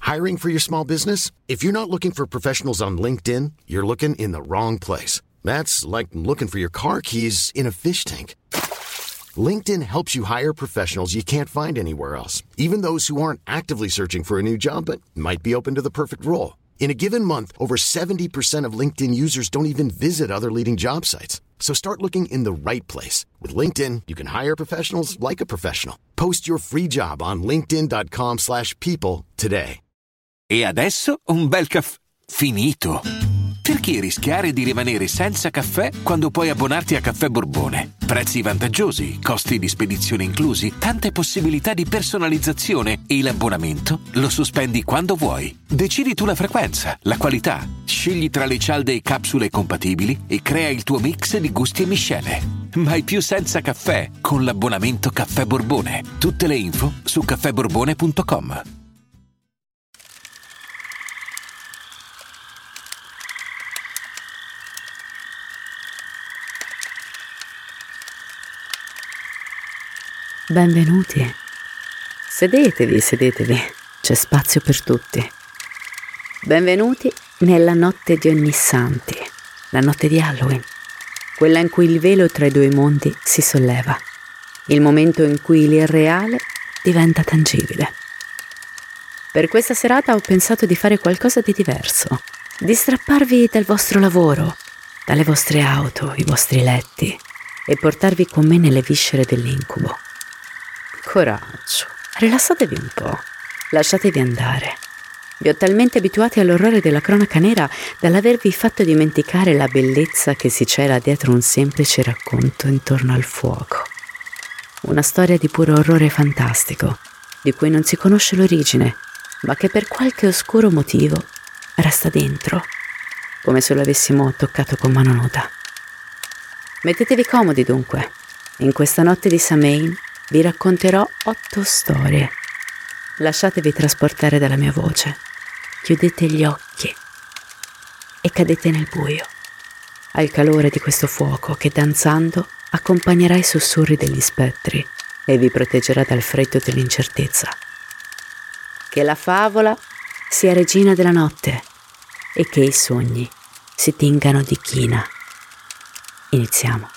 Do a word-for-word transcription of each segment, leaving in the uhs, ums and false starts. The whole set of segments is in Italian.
Hiring for your small business? If you're not looking for professionals on LinkedIn, you're looking in the wrong place. That's like looking for your car keys in a fish tank. LinkedIn helps you hire professionals you can't find anywhere else, even those who aren't actively searching for a new job but might be open to the perfect role. In a given month, over seventy percent of LinkedIn users don't even visit other leading job sites. So start looking in the right place. With LinkedIn, you can hire professionals like a professional. Post your free job on linkedin.com slash people today. E adesso un bel caffè finito. Perché rischiare di rimanere senza caffè quando puoi abbonarti a Caffè Borbone? Prezzi vantaggiosi, costi di spedizione inclusi, tante possibilità di personalizzazione e l'abbonamento lo sospendi quando vuoi. Decidi tu la frequenza, la qualità, scegli tra le cialde e capsule compatibili e crea il tuo mix di gusti e miscele. Mai più senza caffè con l'abbonamento Caffè Borbone. Tutte le info su caffè borbone punto com. Benvenuti. Sedetevi, sedetevi. C'è spazio per tutti. Benvenuti nella notte di Ognissanti, la notte di Halloween, quella in cui il velo tra i due mondi si solleva, il momento in cui l'irreale diventa tangibile. Per questa serata ho pensato di fare qualcosa di diverso, di strapparvi dal vostro lavoro, dalle vostre auto, i vostri letti e portarvi con me nelle viscere dell'incubo. Coraggio, rilassatevi un po', lasciatevi andare. Vi ho talmente abituati all'orrore della cronaca nera dall'avervi fatto dimenticare la bellezza che si cela dietro un semplice racconto intorno al fuoco. Una storia di puro orrore fantastico, di cui non si conosce l'origine, ma che per qualche oscuro motivo resta dentro, come se lo avessimo toccato con mano nuda. Mettetevi comodi dunque. In questa notte di Samhain vi racconterò otto storie. Lasciatevi trasportare dalla mia voce. Chiudete gli occhi e cadete nel buio, al calore di questo fuoco che danzando accompagnerà i sussurri degli spettri e vi proteggerà dal freddo dell'incertezza. Che la favola sia regina della notte e che i sogni si tingano di china. Iniziamo.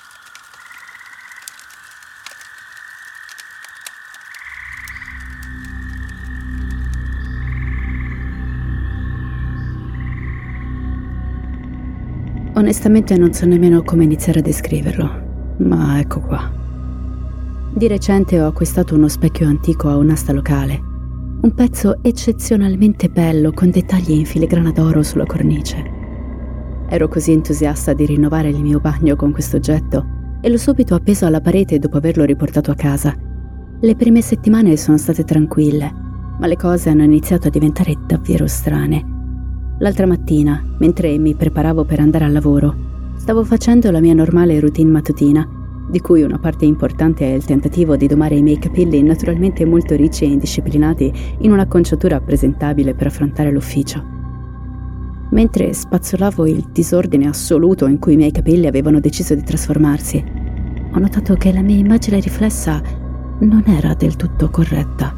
Onestamente non so nemmeno come iniziare a descriverlo, ma ecco qua. Di recente ho acquistato uno specchio antico a un'asta locale, un pezzo eccezionalmente bello con dettagli in filigrana d'oro sulla cornice. Ero così entusiasta di rinnovare il mio bagno con questo oggetto e l'ho subito appeso alla parete dopo averlo riportato a casa. Le prime settimane sono state tranquille, ma le cose hanno iniziato a diventare davvero strane. L'altra mattina, mentre mi preparavo per andare al lavoro, stavo facendo la mia normale routine mattutina, di cui una parte importante è il tentativo di domare i miei capelli naturalmente molto ricci e indisciplinati in un'acconciatura presentabile per affrontare l'ufficio. Mentre spazzolavo il disordine assoluto in cui i miei capelli avevano deciso di trasformarsi, ho notato che la mia immagine riflessa non era del tutto corretta.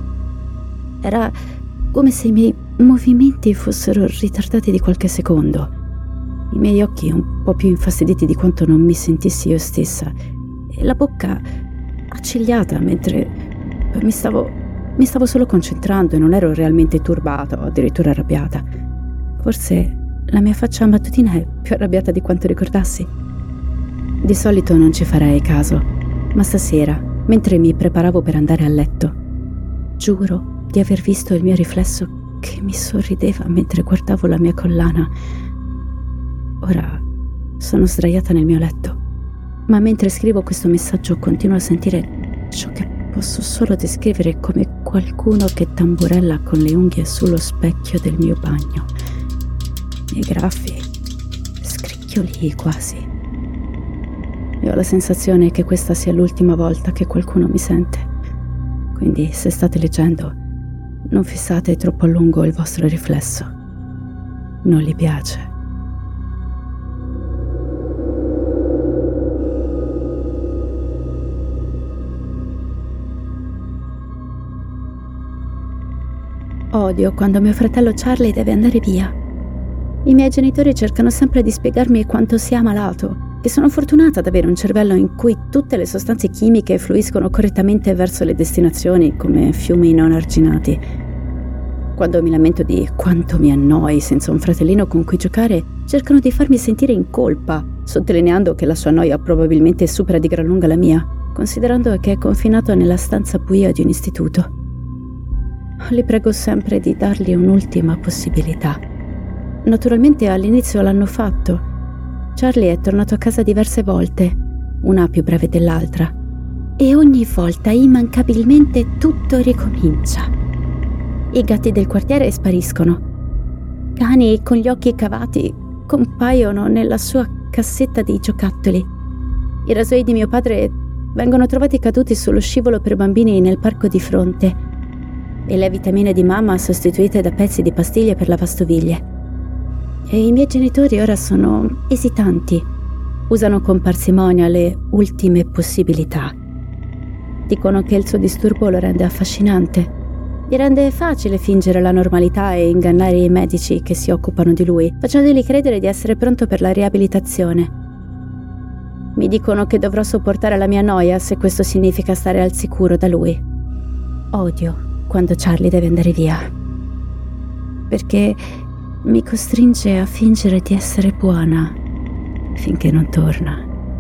Era come se i miei movimenti fossero ritardati di qualche secondo, i miei occhi un po' più infastiditi di quanto non mi sentissi io stessa e la bocca accigliata mentre mi stavo, mi stavo solo concentrando e non ero realmente turbata o addirittura arrabbiata. Forse la mia faccia mattutina è più arrabbiata di quanto ricordassi. Di solito non ci farei caso, ma stasera, mentre mi preparavo per andare a letto, giuro di aver visto il mio riflesso che mi sorrideva mentre guardavo la mia collana. Ora sono sdraiata nel mio letto, ma mentre scrivo questo messaggio continuo a sentire ciò che posso solo descrivere come qualcuno che tamburella con le unghie sullo specchio del mio bagno. I graffi, scricchioli quasi. E ho la sensazione che questa sia l'ultima volta che qualcuno mi sente. Quindi se state leggendo, non fissate troppo a lungo il vostro riflesso. Non gli piace. Odio quando mio fratello Charlie deve andare via. I miei genitori cercano sempre di spiegarmi quanto sia malato, che sono fortunata ad avere un cervello in cui tutte le sostanze chimiche fluiscono correttamente verso le destinazioni come fiumi non arginati. Quando mi lamento di quanto mi annoi senza un fratellino con cui giocare, cercano di farmi sentire in colpa, sottolineando che la sua noia probabilmente supera di gran lunga la mia, considerando che è confinato nella stanza buia di un istituto. Li prego sempre di dargli un'ultima possibilità. Naturalmente all'inizio l'hanno fatto. Charlie è tornato a casa diverse volte, una più breve dell'altra, e ogni volta immancabilmente tutto ricomincia. I gatti del quartiere spariscono. Cani con gli occhi cavati compaiono nella sua cassetta dei giocattoli. I rasoi di mio padre vengono trovati caduti sullo scivolo per bambini nel parco di fronte e le vitamine di mamma sostituite da pezzi di pastiglie per lavastoviglie. E i miei genitori ora sono esitanti, usano con parsimonia le ultime possibilità. Dicono che il suo disturbo lo rende affascinante. Gli rende facile fingere la normalità e ingannare i medici che si occupano di lui, facendogli credere di essere pronto per la riabilitazione. Mi dicono che dovrò sopportare la mia noia se questo significa stare al sicuro da lui. Odio quando Charlie deve andare via, perché mi costringe a fingere di essere buona finché non torna.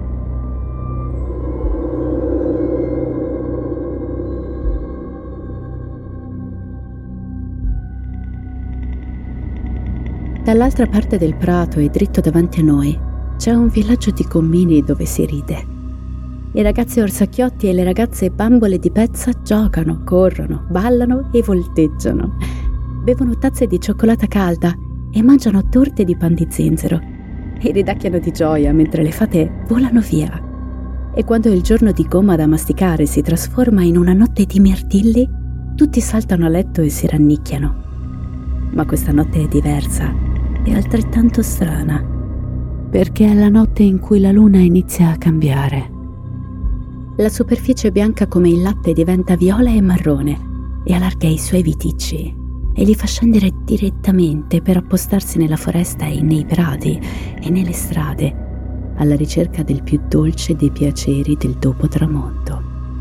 Dall'altra parte del prato e dritto davanti a noi c'è un villaggio di gommini dove si ride. I ragazzi orsacchiotti e le ragazze bambole di pezza giocano, corrono, ballano e volteggiano. Bevono tazze di cioccolata calda e mangiano torte di pan di zenzero e ridacchiano di gioia mentre le fate volano via. E quando il giorno di gomma da masticare si trasforma in una notte di mirtilli, tutti saltano a letto e si rannicchiano. Ma questa notte è diversa e altrettanto strana, perché è la notte in cui la luna inizia a cambiare. La superficie bianca come il latte diventa viola e marrone e allarga i suoi viticci e li fa scendere direttamente per appostarsi nella foresta e nei prati e nelle strade, alla ricerca del più dolce dei piaceri del dopo tramonto.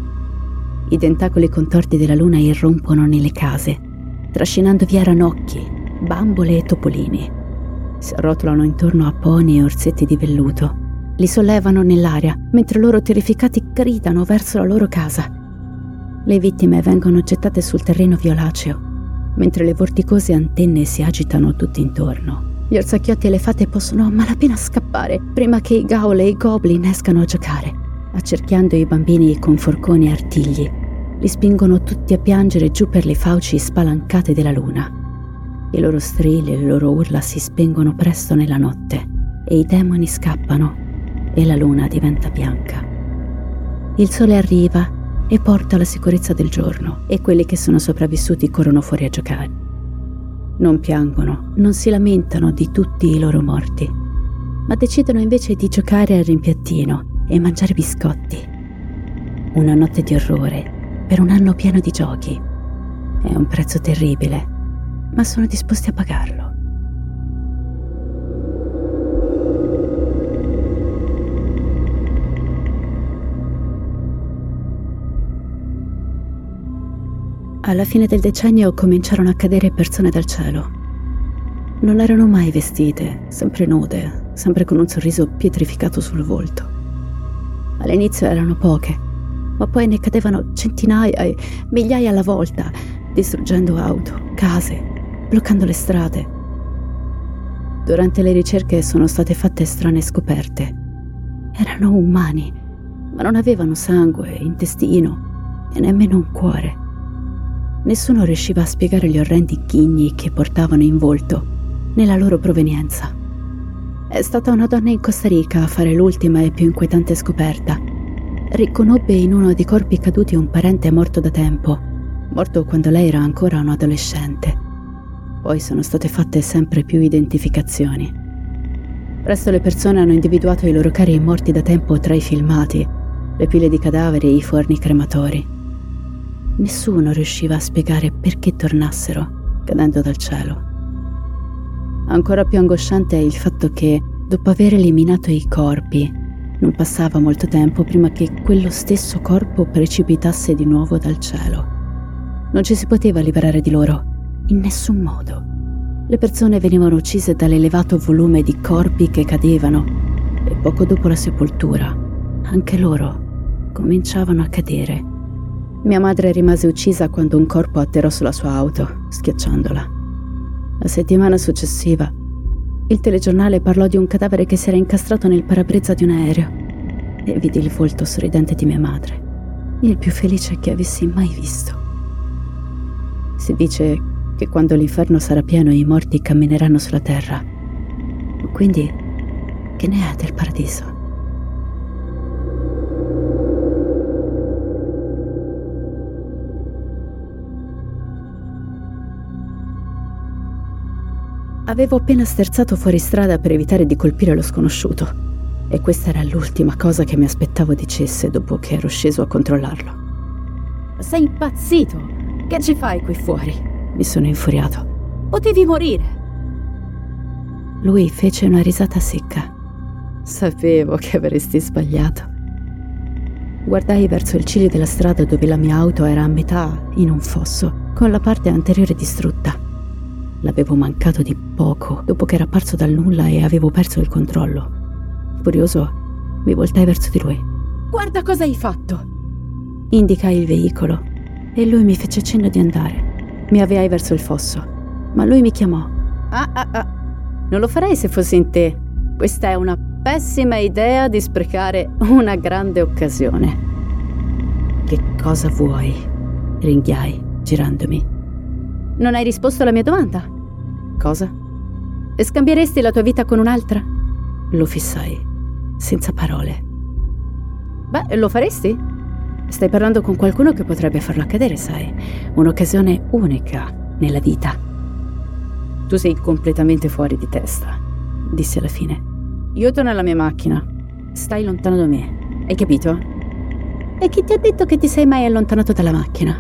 I tentacoli contorti della luna irrompono nelle case, trascinando via ranocchi, bambole e topolini. Si arrotolano intorno a poni e orsetti di velluto, li sollevano nell'aria mentre loro terrificati gridano verso la loro casa. Le vittime vengono gettate sul terreno violaceo, mentre le vorticose antenne si agitano tutti intorno. Gli orsacchiotti e le fate possono a malapena scappare prima che i ghoul e i goblin escano a giocare, accerchiando i bambini con forconi e artigli. Li spingono tutti a piangere giù per le fauci spalancate della luna. I loro strilli e le loro urla si spengono presto nella notte e i demoni scappano e la luna diventa bianca. Il sole arriva e porta la sicurezza del giorno e quelli che sono sopravvissuti corrono fuori a giocare. Non piangono, non si lamentano di tutti i loro morti, ma decidono invece di giocare al rimpiattino e mangiare biscotti. Una notte di orrore per un anno pieno di giochi. È un prezzo terribile, ma sono disposti a pagarlo. Alla fine del decennio cominciarono a cadere persone dal cielo. Non erano mai vestite, sempre nude, sempre con un sorriso pietrificato sul volto. All'inizio erano poche, ma poi ne cadevano centinaia e migliaia alla volta, distruggendo auto, case, bloccando le strade. Durante le ricerche sono state fatte strane scoperte. Erano umani, ma non avevano sangue, intestino e nemmeno un cuore. Nessuno riusciva a spiegare gli orrendi ghigni che portavano in volto, né la loro provenienza. È stata una donna in Costa Rica a fare l'ultima e più inquietante scoperta. Riconobbe in uno dei corpi caduti un parente morto da tempo, morto quando lei era ancora un adolescente. Poi sono state fatte sempre più identificazioni. Presto le persone hanno individuato i loro cari morti da tempo tra i filmati, le pile di cadaveri e i forni crematori. Nessuno riusciva a spiegare perché tornassero cadendo dal cielo. Ancora più angosciante è il fatto che, dopo aver eliminato i corpi, non passava molto tempo prima che quello stesso corpo precipitasse di nuovo dal cielo. Non ci si poteva liberare di loro, in nessun modo. Le persone venivano uccise dall'elevato volume di corpi che cadevano e poco dopo la sepoltura, anche loro cominciavano a cadere. Mia madre rimase uccisa quando un corpo atterrò sulla sua auto, schiacciandola. La settimana successiva, il telegiornale parlò di un cadavere che si era incastrato nel parabrezza di un aereo e vidi il volto sorridente di mia madre, il più felice che avessi mai visto. Si dice che quando l'inferno sarà pieno i morti cammineranno sulla terra. Quindi, che ne è del paradiso? Avevo appena sterzato fuori strada per evitare di colpire lo sconosciuto, e questa era l'ultima cosa che mi aspettavo dicesse dopo che ero sceso a controllarlo. Sei impazzito? Che ci fai qui fuori? Mi sono infuriato. Potevi morire! Lui fece una risata secca. Sapevo che avresti sbagliato. Guardai verso il ciglio della strada dove la mia auto era a metà in un fosso, con la parte anteriore distrutta. L'avevo mancato di poco dopo che era apparso dal nulla e avevo perso il controllo. Furioso, mi voltai verso di lui. Guarda cosa hai fatto! Indicai il veicolo e lui mi fece cenno di andare. Mi avviai verso il fosso, ma lui mi chiamò. Ah, ah, ah, non lo farei se fossi in te. Questa è una pessima idea di sprecare una grande occasione. Che cosa vuoi? Ringhiai, girandomi. Non hai risposto alla mia domanda. Cosa? E scambieresti la tua vita con un'altra? Lo fissai, senza parole. Beh, lo faresti? Stai parlando con qualcuno che potrebbe farlo accadere, sai. Un'occasione unica nella vita. Tu sei completamente fuori di testa, disse alla fine. Io torno alla mia macchina. Stai lontano da me, hai capito? E chi ti ha detto che ti sei mai allontanato dalla macchina?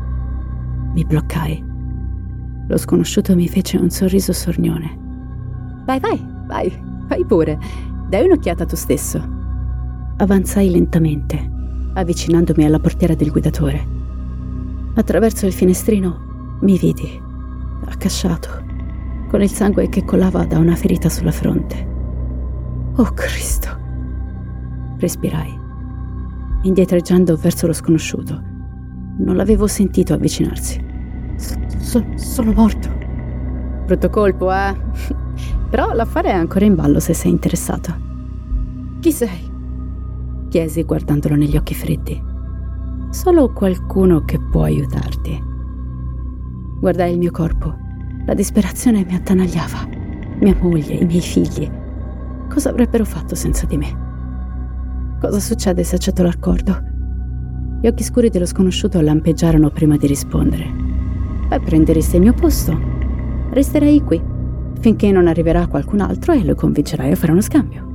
Mi bloccai. Lo sconosciuto mi fece un sorriso sornione. Vai, vai, vai, vai pure. Dai un'occhiata tu stesso. Avanzai lentamente, avvicinandomi alla portiera del guidatore. Attraverso il finestrino mi vidi, accasciato, con il sangue che colava da una ferita sulla fronte. Oh Cristo! Respirai, indietreggiando verso lo sconosciuto. Non l'avevo sentito avvicinarsi. So, sono morto. Brutto colpo, eh? Però l'affare è ancora in ballo se sei interessato. Chi sei? Chiesi guardandolo negli occhi freddi. Solo qualcuno che può aiutarti. Guardai il mio corpo. La disperazione mi attanagliava. Mia moglie, i miei figli. Cosa avrebbero fatto senza di me? Cosa succede se accetto l'accordo? Gli occhi scuri dello sconosciuto lampeggiarono prima di rispondere. Beh, prenderesti il mio posto. Resterei qui, finché non arriverà qualcun altro e lo convincerai a fare uno scambio.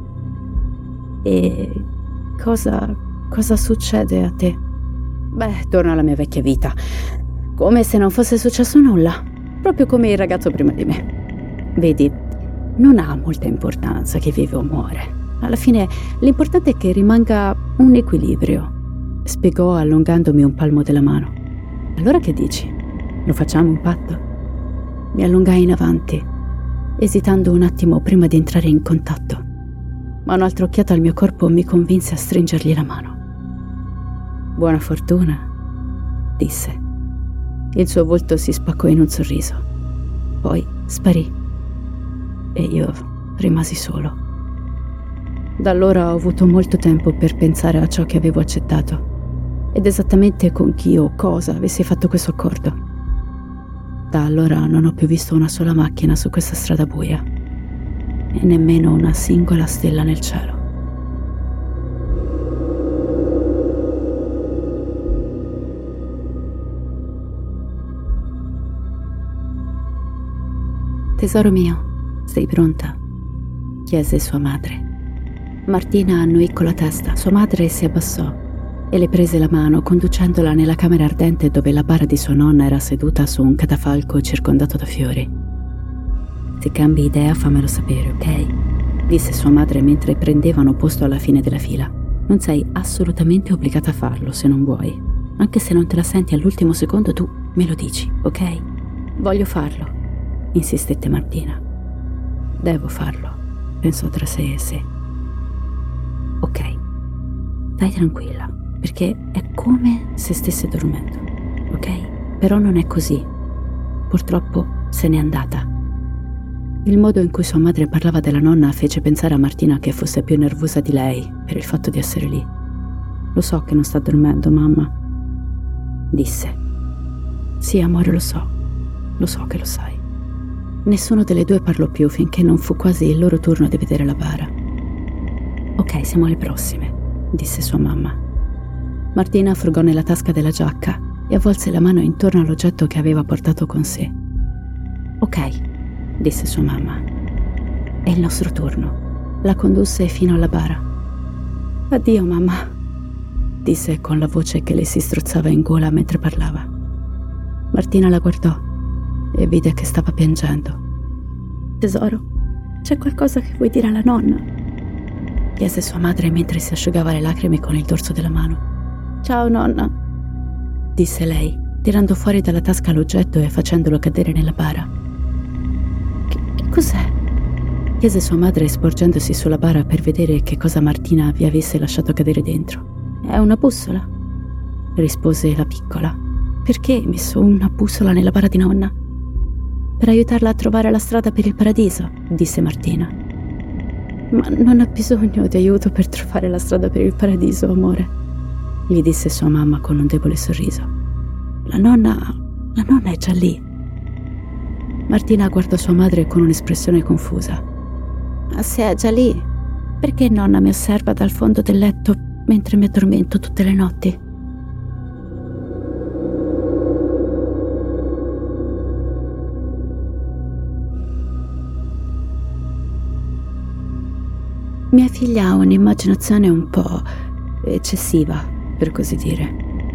E cosa... cosa succede a te? Beh, torno alla mia vecchia vita. Come se non fosse successo nulla. Proprio come il ragazzo prima di me. Vedi, non ha molta importanza chi vive o muore. Alla fine, l'importante è che rimanga un equilibrio, spiegò allungandomi un palmo della mano. Allora che dici? Lo facciamo un patto? Mi allungai in avanti, esitando un attimo prima di entrare in contatto, ma un'altra occhiata al mio corpo mi convinse a stringergli la mano. Buona fortuna, disse. Il suo volto si spaccò in un sorriso, poi sparì e io rimasi solo. Da allora ho avuto molto tempo per pensare a ciò che avevo accettato ed esattamente con chi o cosa avessi fatto questo accordo. Da allora non ho più visto una sola macchina su questa strada buia e nemmeno una singola stella nel cielo. Tesoro mio, sei pronta? Chiese sua madre. Martina annui con la testa. Sua madre si abbassò e le prese la mano conducendola nella camera ardente dove la bara di sua nonna era seduta su un catafalco circondato da fiori. Se cambi idea fammelo sapere, ok? Disse sua madre mentre prendevano posto alla fine della fila. Non sei assolutamente obbligata a farlo se non vuoi. Anche se non te la senti all'ultimo secondo tu me lo dici, ok? Voglio farlo, insistette Martina. Devo farlo, pensò tra sé e sé. Ok, stai tranquilla, perché è come se stesse dormendo, ok? Però non è così. Purtroppo se n'è andata. Il modo in cui sua madre parlava della nonna fece pensare a Martina che fosse più nervosa di lei per il fatto di essere lì. Lo so che non sta dormendo, mamma, disse. Sì, amore, lo so. Lo so che lo sai. Nessuno delle due parlò più finché non fu quasi il loro turno di vedere la bara. Ok, siamo alle prossime, disse sua mamma. Martina frugò nella tasca della giacca e avvolse la mano intorno all'oggetto che aveva portato con sé. Ok, disse sua mamma. È il nostro turno. La condusse fino alla bara. Addio, mamma, disse con la voce che le si strozzava in gola mentre parlava. Martina la guardò e vide che stava piangendo. Tesoro, c'è qualcosa che vuoi dire alla nonna? Chiese sua madre mentre si asciugava le lacrime con il dorso della mano. Ciao, nonna, disse lei, tirando fuori dalla tasca l'oggetto e facendolo cadere nella bara. Che, che cos'è? Chiese sua madre sporgendosi sulla bara per vedere che cosa Martina vi avesse lasciato cadere dentro. È una bussola, rispose la piccola. Perché hai messo una bussola nella bara di nonna? Per aiutarla a trovare la strada per il paradiso, disse Martina. Ma non ha bisogno di aiuto per trovare la strada per il paradiso, amore, gli disse sua mamma con un debole sorriso. La nonna, la nonna è già lì. Martina guardò sua madre con un'espressione confusa. Ma se è già lì, perché nonna mi osserva dal fondo del letto mentre mi addormento tutte le notti? Mia figlia ha un'immaginazione un po' eccessiva, per così dire.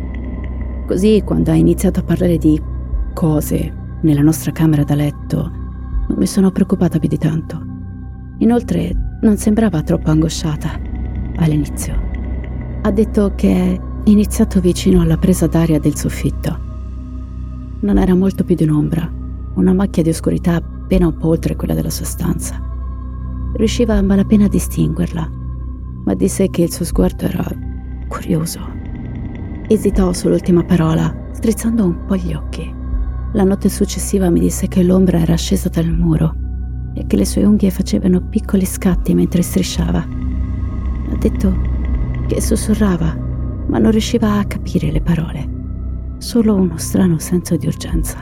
Così, quando ha iniziato a parlare di cose nella nostra camera da letto, non mi sono preoccupata più di tanto. Inoltre, non sembrava troppo angosciata all'inizio. Ha detto che è iniziato vicino alla presa d'aria del soffitto. Non era molto più di un'ombra, una macchia di oscurità appena un po' oltre quella della sua stanza. Riusciva a malapena a distinguerla, ma disse che il suo sguardo era curioso. Esitò sull'ultima parola, strizzando un po' gli occhi. La notte successiva mi disse che l'ombra era scesa dal muro e che le sue unghie facevano piccoli scatti mentre strisciava. Ha detto che sussurrava, ma non riusciva a capire le parole, solo uno strano senso di urgenza.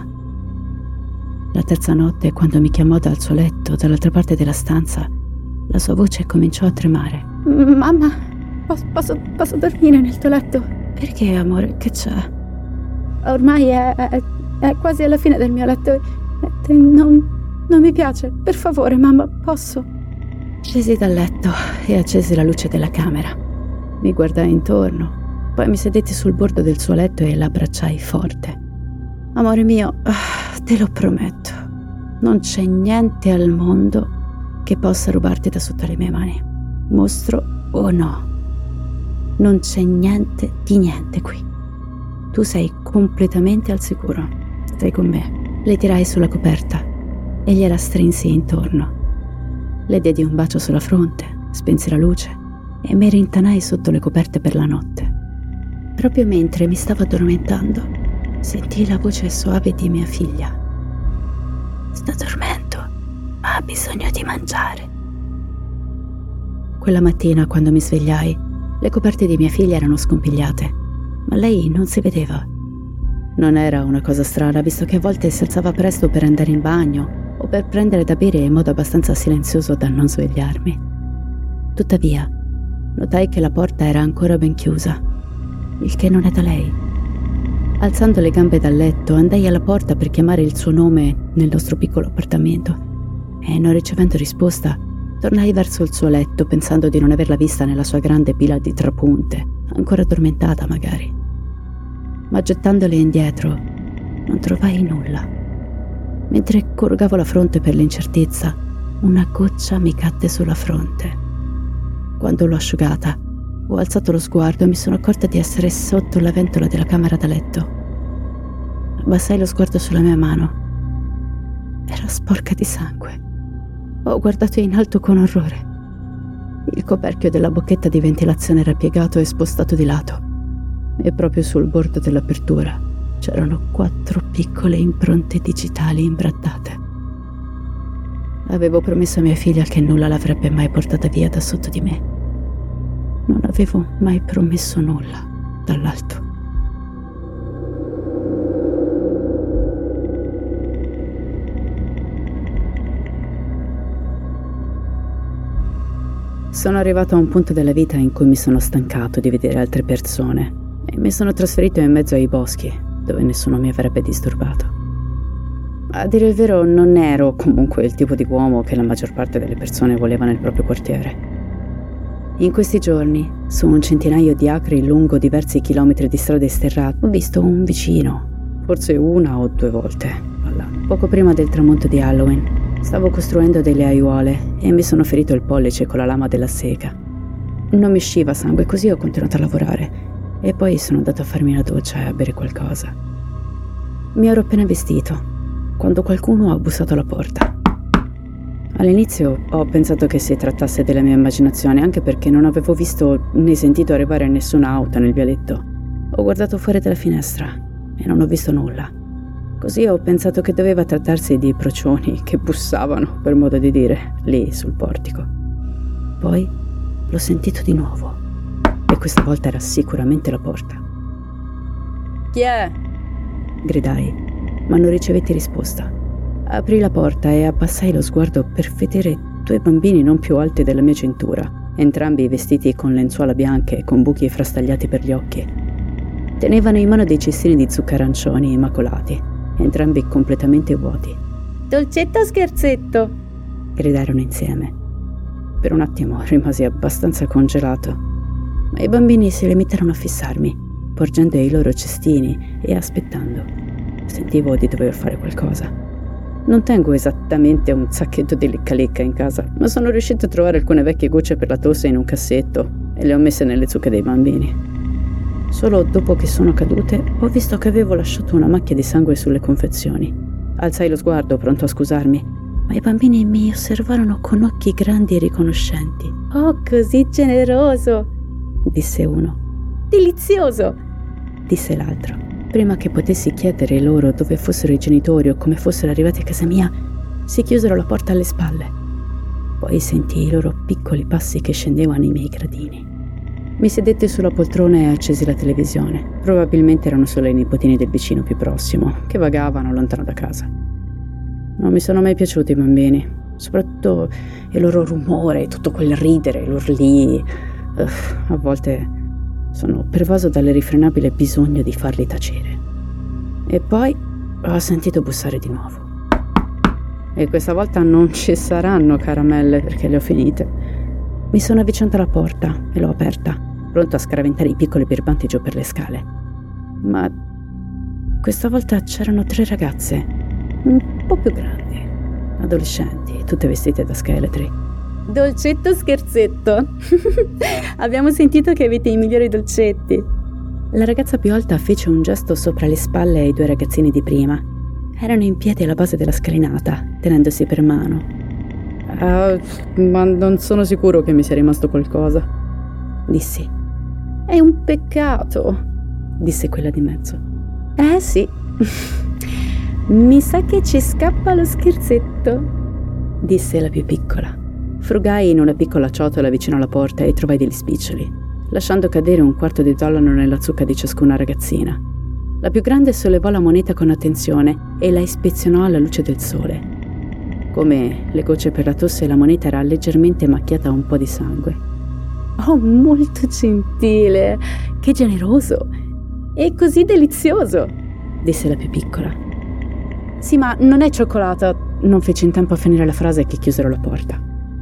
La terza notte, quando mi chiamò dal suo letto, dall'altra parte della stanza, la sua voce cominciò a tremare. Mamma, posso, posso, posso dormire nel tuo letto? Perché, amore, che c'è? Ormai è, è, è quasi alla fine del mio letto e non, non mi piace. Per favore, mamma, posso? Scesi dal letto e accesi la luce della camera. Mi guardai intorno, poi mi sedetti sul bordo del suo letto e l'abbracciai forte. Amore mio, te lo prometto, non c'è niente al mondo che possa rubarti da sotto le mie mani, mostro o no. Non c'è niente di niente qui. Tu sei completamente al sicuro. Stai con me. Le tirai sulla coperta e gliela strinsi intorno. Le diedi un bacio sulla fronte, spensi la luce e mi rintanai sotto le coperte per la notte. Proprio mentre mi stavo addormentando, sentii la voce soave di mia figlia. Sta dormendo, ma ha bisogno di mangiare. Quella mattina, quando mi svegliai, le coperte di mia figlia erano scompigliate, ma lei non si vedeva. Non era una cosa strana, visto che a volte si alzava presto per andare in bagno o per prendere da bere in modo abbastanza silenzioso da non svegliarmi. Tuttavia, notai che la porta era ancora ben chiusa, il che non è da lei. Alzando le gambe dal letto, andai alla porta per chiamare il suo nome nel nostro piccolo appartamento e, non ricevendo risposta, Tornai verso il suo letto pensando di non averla vista nella sua grande pila di trapunte, ancora addormentata magari. Ma gettandole indietro non trovai nulla. Mentre corrugavo la fronte per l'incertezza, una goccia mi cadde sulla fronte. Quando l'ho asciugata, ho alzato lo sguardo e mi sono accorta di essere sotto la ventola della camera da letto. Abbassai lo sguardo sulla mia mano. Era sporca di sangue. Ho guardato in alto con orrore. Il coperchio della bocchetta di ventilazione era piegato e spostato di lato, e proprio sul bordo dell'apertura c'erano quattro piccole impronte digitali imbrattate. Avevo promesso a mia figlia che nulla l'avrebbe mai portata via da sotto di me. Non avevo mai promesso nulla dall'alto. Sono arrivato a un punto della vita in cui mi sono stancato di vedere altre persone e mi sono trasferito in mezzo ai boschi, dove nessuno mi avrebbe disturbato. A dire il vero, non ero comunque il tipo di uomo che la maggior parte delle persone voleva nel proprio quartiere. In questi giorni, su un centinaio di acri lungo diversi chilometri di strade sterrate, ho visto un vicino, forse una o due volte, all'anno. Poco prima del tramonto di Halloween, stavo costruendo delle aiuole e mi sono ferito il pollice con la lama della sega. Non mi usciva sangue, così ho continuato a lavorare e poi sono andato a farmi una doccia e a bere qualcosa. Mi ero appena vestito quando qualcuno ha bussato alla porta. All'inizio ho pensato che si trattasse della mia immaginazione, anche perché non avevo visto né sentito arrivare nessuna auto nel vialetto. Ho guardato fuori dalla finestra e non ho visto nulla. Così ho pensato che doveva trattarsi di procioni che bussavano, per modo di dire, lì sul portico. Poi l'ho sentito di nuovo e questa volta era sicuramente la porta. «Chi è?» gridai, ma non ricevetti risposta. Aprì la porta e abbassai lo sguardo per vedere due bambini non più alti della mia cintura, entrambi vestiti con lenzuola bianche e con buchi frastagliati per gli occhi. Tenevano in mano dei cestini di zuccherancioni immacolati, entrambi completamente vuoti. «Dolcetto o scherzetto?» gridarono insieme. Per un attimo rimasi abbastanza congelato, ma i bambini si limitarono a fissarmi, porgendo i loro cestini e aspettando. Sentivo di dover fare qualcosa. Non tengo esattamente un sacchetto di lecca-lecca in casa, ma sono riuscito a trovare alcune vecchie gocce per la tosse in un cassetto e le ho messe nelle zucche dei bambini. Solo dopo che sono cadute ho visto che avevo lasciato una macchia di sangue sulle confezioni. Alzai lo sguardo, pronto a scusarmi, ma i bambini mi osservarono con occhi grandi e riconoscenti. «Oh, così generoso!» disse uno. «Delizioso!» disse l'altro. Prima che potessi chiedere loro dove fossero i genitori o come fossero arrivati a casa mia, si chiusero la porta alle spalle. Poi sentii i loro piccoli passi che scendevano i miei gradini. Mi sedetti sulla poltrona e accesi la televisione. Probabilmente erano solo i nipotini del vicino più prossimo, che vagavano lontano da casa. Non mi sono mai piaciuti i bambini, soprattutto il loro rumore, tutto quel ridere, l'urlì. Uff, a volte sono pervaso dall'irrefrenabile bisogno di farli tacere. E poi ho sentito bussare di nuovo. E questa volta non ci saranno caramelle perché le ho finite. Mi sono avvicinata alla porta e l'ho aperta, pronto a scaraventare i piccoli birbanti giù per le scale. Ma questa volta c'erano tre ragazze, un po' più grandi, adolescenti, tutte vestite da scheletri. «Dolcetto o scherzetto?» «Abbiamo sentito che avete i migliori dolcetti!» La ragazza più alta fece un gesto sopra le spalle ai due ragazzini di prima. Erano in piedi alla base della scalinata, tenendosi per mano. «Uh, ma non sono sicuro che mi sia rimasto qualcosa», dissi. «È un peccato», disse quella di mezzo. «Eh sì, mi sa che ci scappa lo scherzetto», disse la più piccola. Frugai in una piccola ciotola vicino alla porta e trovai degli spiccioli, lasciando cadere un quarto di dollaro nella zucca di ciascuna ragazzina. La più grande sollevò la moneta con attenzione e la ispezionò alla luce del sole. Come le gocce per la tosse, la moneta era leggermente macchiata da un po' di sangue. «Oh, molto gentile! Che generoso! E così delizioso!» disse la più piccola. «Sì, ma non è cioccolata», non feci in tempo a finire la frase che chiusero la porta.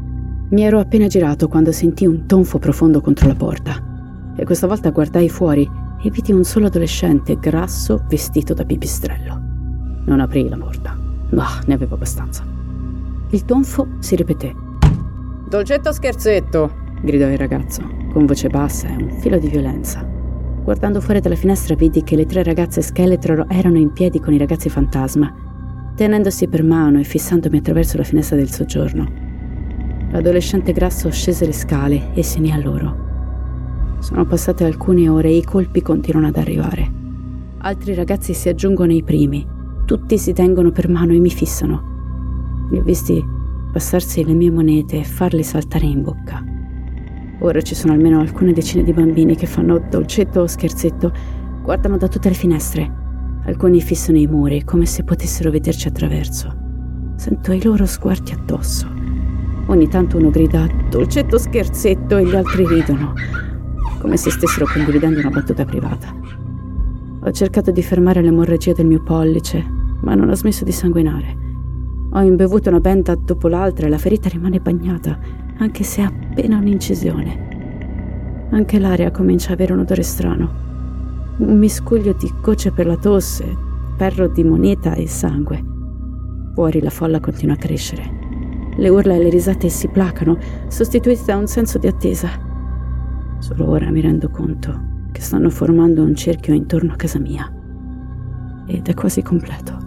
Mi ero appena girato quando sentii un tonfo profondo contro la porta e questa volta guardai fuori e vidi un solo adolescente grasso vestito da pipistrello. Non aprii la porta, ma ne avevo abbastanza. Il tonfo si ripeté. «Dolcetto scherzetto!» gridò il ragazzo, con voce bassa e un filo di violenza. Guardando fuori dalla finestra vidi che le tre ragazze scheletro erano in piedi con i ragazzi fantasma, tenendosi per mano e fissandomi attraverso la finestra del soggiorno. L'adolescente grasso scese le scale e si unì a loro. Sono passate alcune ore e i colpi continuano ad arrivare. Altri ragazzi si aggiungono ai primi. Tutti si tengono per mano e mi fissano. Li ho visti passarsi le mie monete e farle saltare in bocca. Ora ci sono almeno alcune decine di bambini che fanno dolcetto o scherzetto, guardano da tutte le finestre. Alcuni fissano i muri come se potessero vederci attraverso. Sento i loro sguardi addosso. Ogni tanto uno grida «dolcetto scherzetto» e gli altri ridono, come se stessero condividendo una battuta privata. Ho cercato di fermare l'emorragia del mio pollice, ma non ho smesso di sanguinare. Ho imbevuto una benda dopo l'altra e la ferita rimane bagnata, anche se è appena un'incisione. Anche l'aria comincia a avere un odore strano. Un miscuglio di gocce per la tosse, perro di moneta e sangue. Fuori la folla continua a crescere. Le urla e le risate si placano, sostituite da un senso di attesa. Solo ora mi rendo conto che stanno formando un cerchio intorno a casa mia. Ed è quasi completo.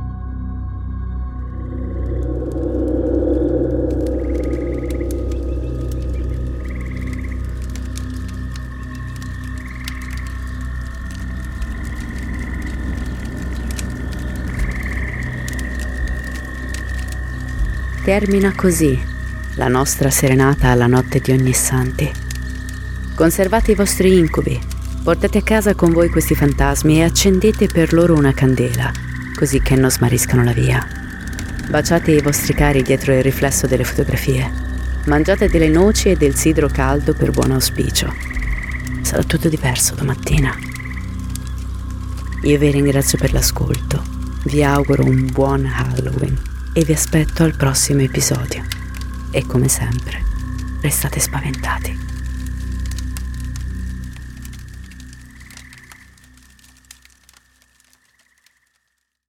Termina così la nostra serenata alla notte di Ognissanti. Conservate i vostri incubi, portate a casa con voi questi fantasmi e accendete per loro una candela, così che non smariscano la via. Baciate i vostri cari dietro il riflesso delle fotografie. Mangiate delle noci e del sidro caldo per buon auspicio. Sarà tutto diverso domattina. Io vi ringrazio per l'ascolto, vi auguro un buon Halloween e vi aspetto al prossimo episodio. E come sempre, restate spaventati.